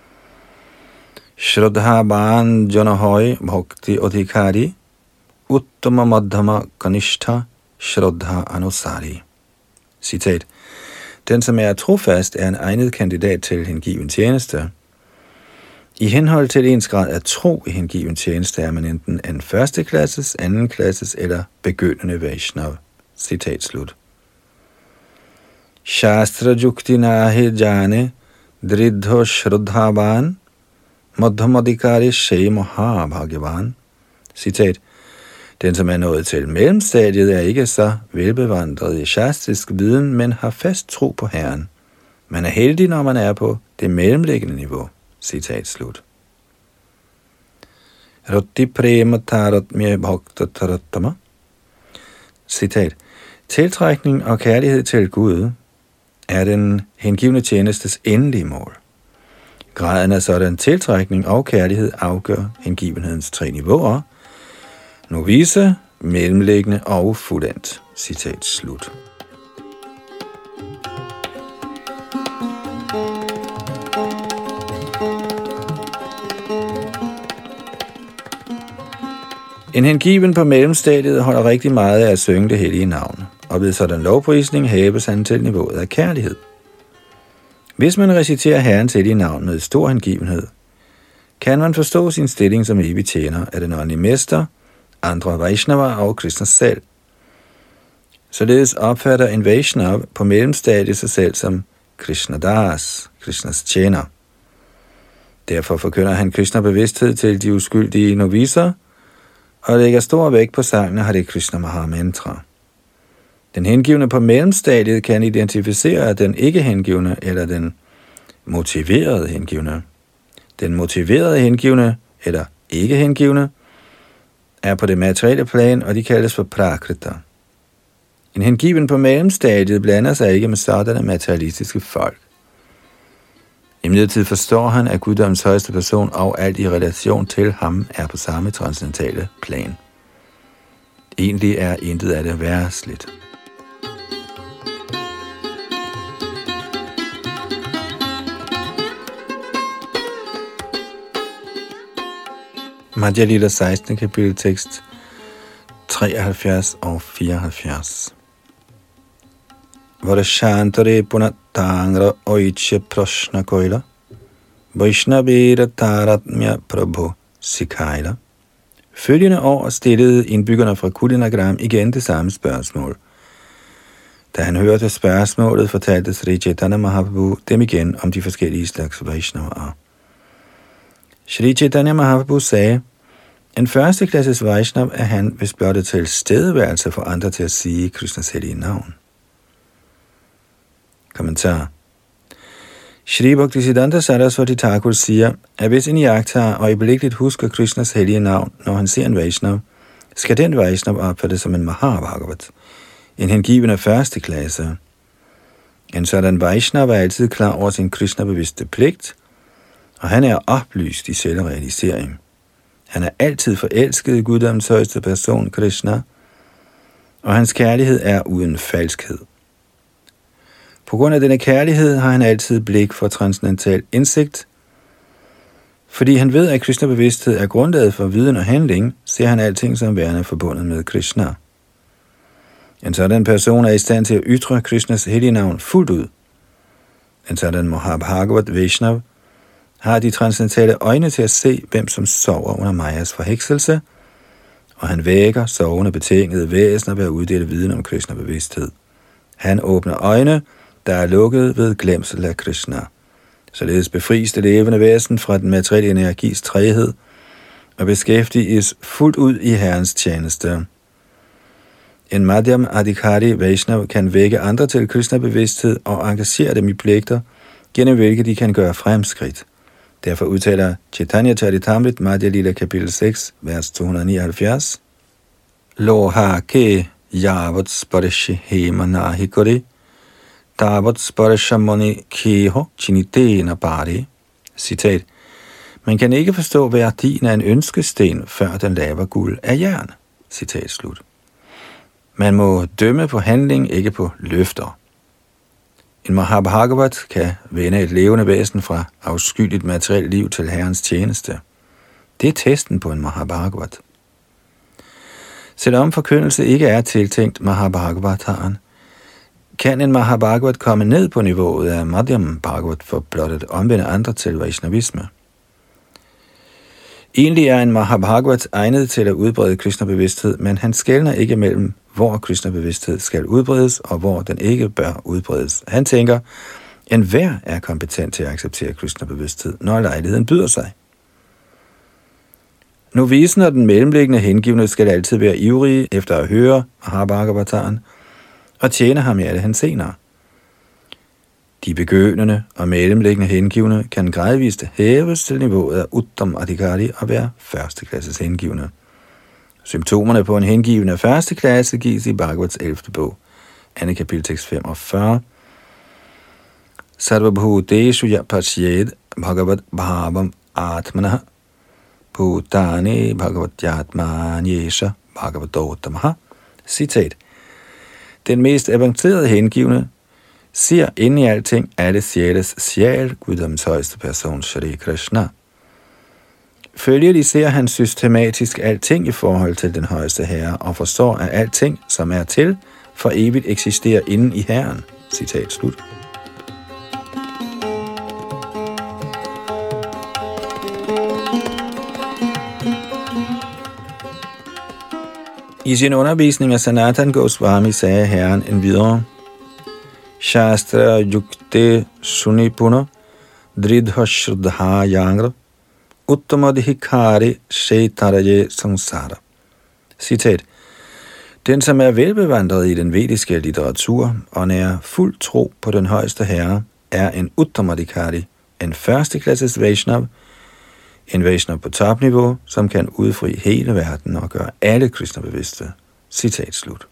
S1: Shraddha Bhan Janahoy Bhakti Adhikari Uttama Madhama Kanishta Shraddha Anusari. Citat. Den, som er trofast, er en egnet kandidat til hengiven tjeneste. I henhold til ens grad af tro i hengiven tjeneste er man enten en førsteklasses, andenklasses eller begyndende Vaishnav. Citat slut. Shastra Jukti Nahe Jane Dridho Shraddhavan Madhamadikari Shai Mahabhagavan. Citat. Den, som er nået til mellemstadiet, er ikke så velbevandret i shastrisk viden, men har fast tro på Herren. Man er heldig, når man er på det mellemliggende niveau. Citat slut. Rati prema taratmya bhakta tarattama. Citat. Tiltrækning og kærlighed til Gud er den hengivne tjenestes endelige mål. Graden af sådan tiltrækning og kærlighed afgør hengivenhedens 3 niveauer: novice, mellemliggende og fuldendt. Citat slut. En hengiven på mellemstadiet holder rigtig meget af at synge det hellige navn, og ved sådan lovprisning hæves han til niveauet af kærlighed. Hvis man reciterer Herrens hellige navn med stor hengivenhed, kan man forstå sin stilling som evig tjener af den åndelige mester, andre Vaishnava og Krishna selv. Således opfatter en Vaishnav på mellemstadiet sig selv som Krishnadas, Krishnas tjener. Derfor forkynder han Krishna-bevidsthed til de uskyldige novicer, og lægger stor vægt på sangen Hare Krishna Maha Mantra. Den hengivne på mellemstadiet kan identificere den ikke hengivne eller den motiverede hengivne. Den motiverede hengivne eller ikke hengivne er på det materielle plan, og de kaldes for prakrita. En hengiven på mellemstadiet blander sig ikke med sådanne materialistiske folk. Imidlertid forstår han, at guddommens højeste person og alt i relation til ham er på samme transcendentale plan. Egentlig er intet af det værsligt. Madhya Lila 16. kapitel tekst 73 og 74. Varashantare punatangra oichya prashna koila Vaishnavera taratmya prabhu sikhaila. Følgende år stillede indbyggerne fra Kulinagram igen det samme spørgsmål. Da han hørte spørgsmålet, fortalte Sri Chaitanya Mahaprabhu dem igen om de forskellige slags Vaishnavaer. Sri Chaitanya Mahaprabhu sagde, en førsteklasses Vaishnav er han, hvis blot til stedeværelse for andre til at sige Krishnas hellige navn. Kommentar. Shri Bhaktisiddhanta Saraswati Thakur siger, at hvis en iagttager øjeblikkeligt husker Krishnas hellige navn, når han ser en Vaishnav, skal den Vaishnav opfattes som en Mahabhagavat, en hengivende første klasse. En sådan Vaishnav er altid klar over sin Krishna-bevidste pligt, og han er oplyst i selvrealisering. Han er altid forelsket i guddommens højeste person, Krishna, og hans kærlighed er uden falskhed. På grund af denne kærlighed har han altid blik for transcendental indsigt. Fordi han ved, at Krishna-bevidsthed er grundlaget for viden og handling, ser han alting som værende forbundet med Krishna. En sådan person er i stand til at ytre Krishnas hellige navn fuldt ud. En sådan Mahabhagavat Vaishnav har de transcendentale øjne til at se, hvem som sover under Mayas forhekselse, og han vækker sovende betingede væsener ved at uddele viden om Krishna-bevidsthed. Han åbner øjne, der er lukket ved glemsel af Krishna. Således befries det levende væsen fra den materielle energis træghed og beskæftiges fuldt ud i Herrens tjeneste. En Madhyam Adhikari Vaishnav kan vække andre til Krishna-bevidsthed og engagere dem i pligter, gennem hvilke de kan gøre fremskridt. Derfor udtaler Chaitanya Charitamrit Madhya Lila kapitel 6, vers 279. Loha ke yavat sparishi hema nahikori tavat sparishamoni keho chinitena bari. Citat. Man kan ikke forstå værdien af en ønskesten, før den laver guld af jern. Citat slut. Man må dømme på handling, ikke på løfter. En Mahabhagavat kan vende et levende væsen fra afskyeligt materielt liv til Herrens tjeneste. Det er testen på en Mahabhagavat. Selvom forkyndelse ikke er tiltænkt Mahabhagavataren, kan en Mahabhagavat komme ned på niveauet af Madhyam Bhagavat for blot at omvende andre til Vaishnavisme. Egentlig er en Mahabhagavat egnet til at udbrede Krishna-bevidsthed, men han skelner ikke mellem, hvor Krishna-bevidsthed skal udbredes, og hvor den ikke bør udbredes. Han tænker, enhver er kompetent til at acceptere Krishna-bevidsthed, når lejligheden byder sig. Novicen og den mellemliggende hengivne skal altid være ivrige efter at høre Mahabhagavataren og tjene ham i alle henseender. De begyndende og mellemliggende hengivne kan gradvist hæves til niveauet af Uttam Adhikari og være førsteklasses hengivne. Symptomerne på en hengivende af første klasse gives i Bhagavats 11. bog, 2. kapitel tekst 45. Sarvabhuteshu yapashyed Bhagavat bhavam atmanaha bhutane bhagavatyatmanyesha bhagavatottamaha. Citat. Den mest avancerede hengivne ser inde i alting alle sjæles sjæl, guddommens højeste person, Shri Krishna. Følgelig ser han systematisk alting i forhold til den højeste herre, og forstår, at alting, som er til, for evigt eksisterer inde i Herren. Citat slut. I sin undervisning af Sanatan Goswami sagde Herren endvidere: Shastra yukte sunipuna dridha shraddha yangra uttamadhikari shaitaraye samsara. Citat. Den, som er velbevandret i den vediske litteratur og nær fuld tro på den højeste herre, er en uttamadhikari, en førsteklasses Vaishnav, en Vaishnav på topniveau, som kan udfri hele verden og gøre alle Krishna-bevidste. Citat slut.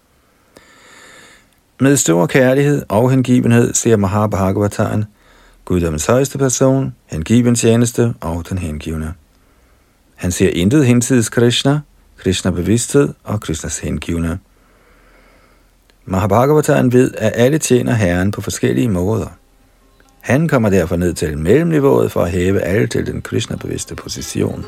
S1: Med stor kærlighed og hengivenhed ser Mahabhagavataren guddommens højeste person, hengiven tjeneste og den hengivne. Han ser intet hinsides Krishna, Krishna-bevidsthed og Krishnas hengivne. Mahabhagavataren ved, at alle tjener Herren på forskellige måder. Han kommer derfor ned til mellemniveauet for at hæve alle til den Krishna-bevidste position.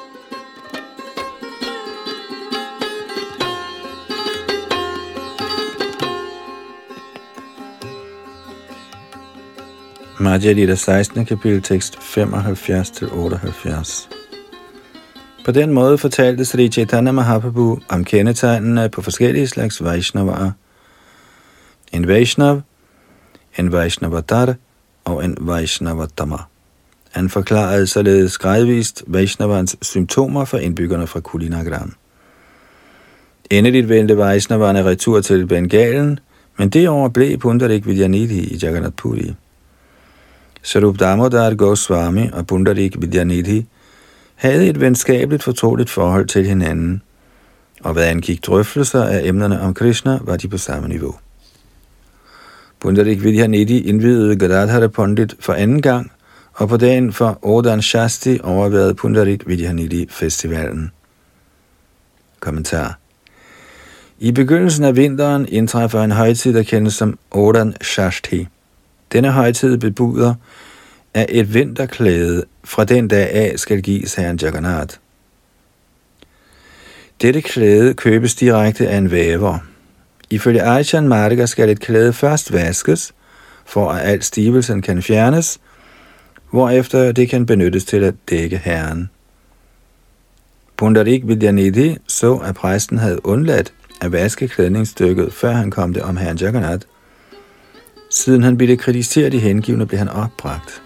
S1: Madhya Lila 16. kapitel tekst 75-78. På den måde fortalte Sri Chaitanya Mahaprabhu om kendetegnene på forskellige slags Vaishnavaer. En Vaishnav, en Vaishnavatar og en Vaishnavattama. Han forklarede således gradvist Vaishnavans symptomer for indbyggerne fra Kulinagram. Endeligt vendte Vaishnaverne retur til Bengalen, men det år blev Pundarik Vidyanidhi i Jagannath Puri. Sarup Damodar Goswami og Pundarik Vidyanidhi havde et venskabeligt fortroligt forhold til hinanden, og hvad angik drøftelser af emnerne om Krishna, var de på samme niveau. Pundarik Vidyanidhi indvidede Gadadhara Pandit for anden gang, og på dagen for Odan Shasti overværede Pundarik Vidyanidhi festivalen. Kommentar. I begyndelsen af vinteren indtræffer en højtid, der kendes som Odan Shasti. Denne højtid bebuder, at et vinterklæde fra den dag af skal gives herren Jagannath. Dette klæde købes direkte af en væver. Ifølge Ayshan Marika skal et klæde først vaskes, for at al stivelsen kan fjernes, hvorefter det kan benyttes til at dække herren. Pundarik Vidyanidhi så, at præsten havde undladt at vaske klædningsstykket, før han kom det om herren Jagannath. Siden han blev kritiseret i hengivne, blev han opbragt.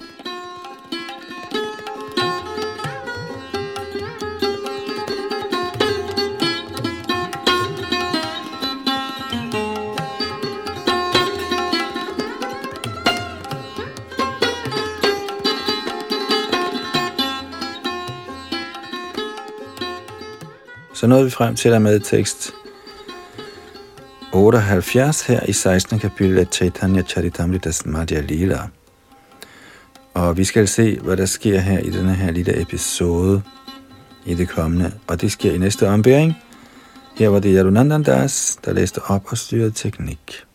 S1: Så nåede vi frem til at med tekst 78 her i 16. kapitel af Chaitanya Charitamritas Madhya Lila. Og vi skal se, hvad der sker her i denne her lille episode i det kommende. Og det sker i næste ombæring. Her var det Yadunandan Das, der læste op og styrede teknik.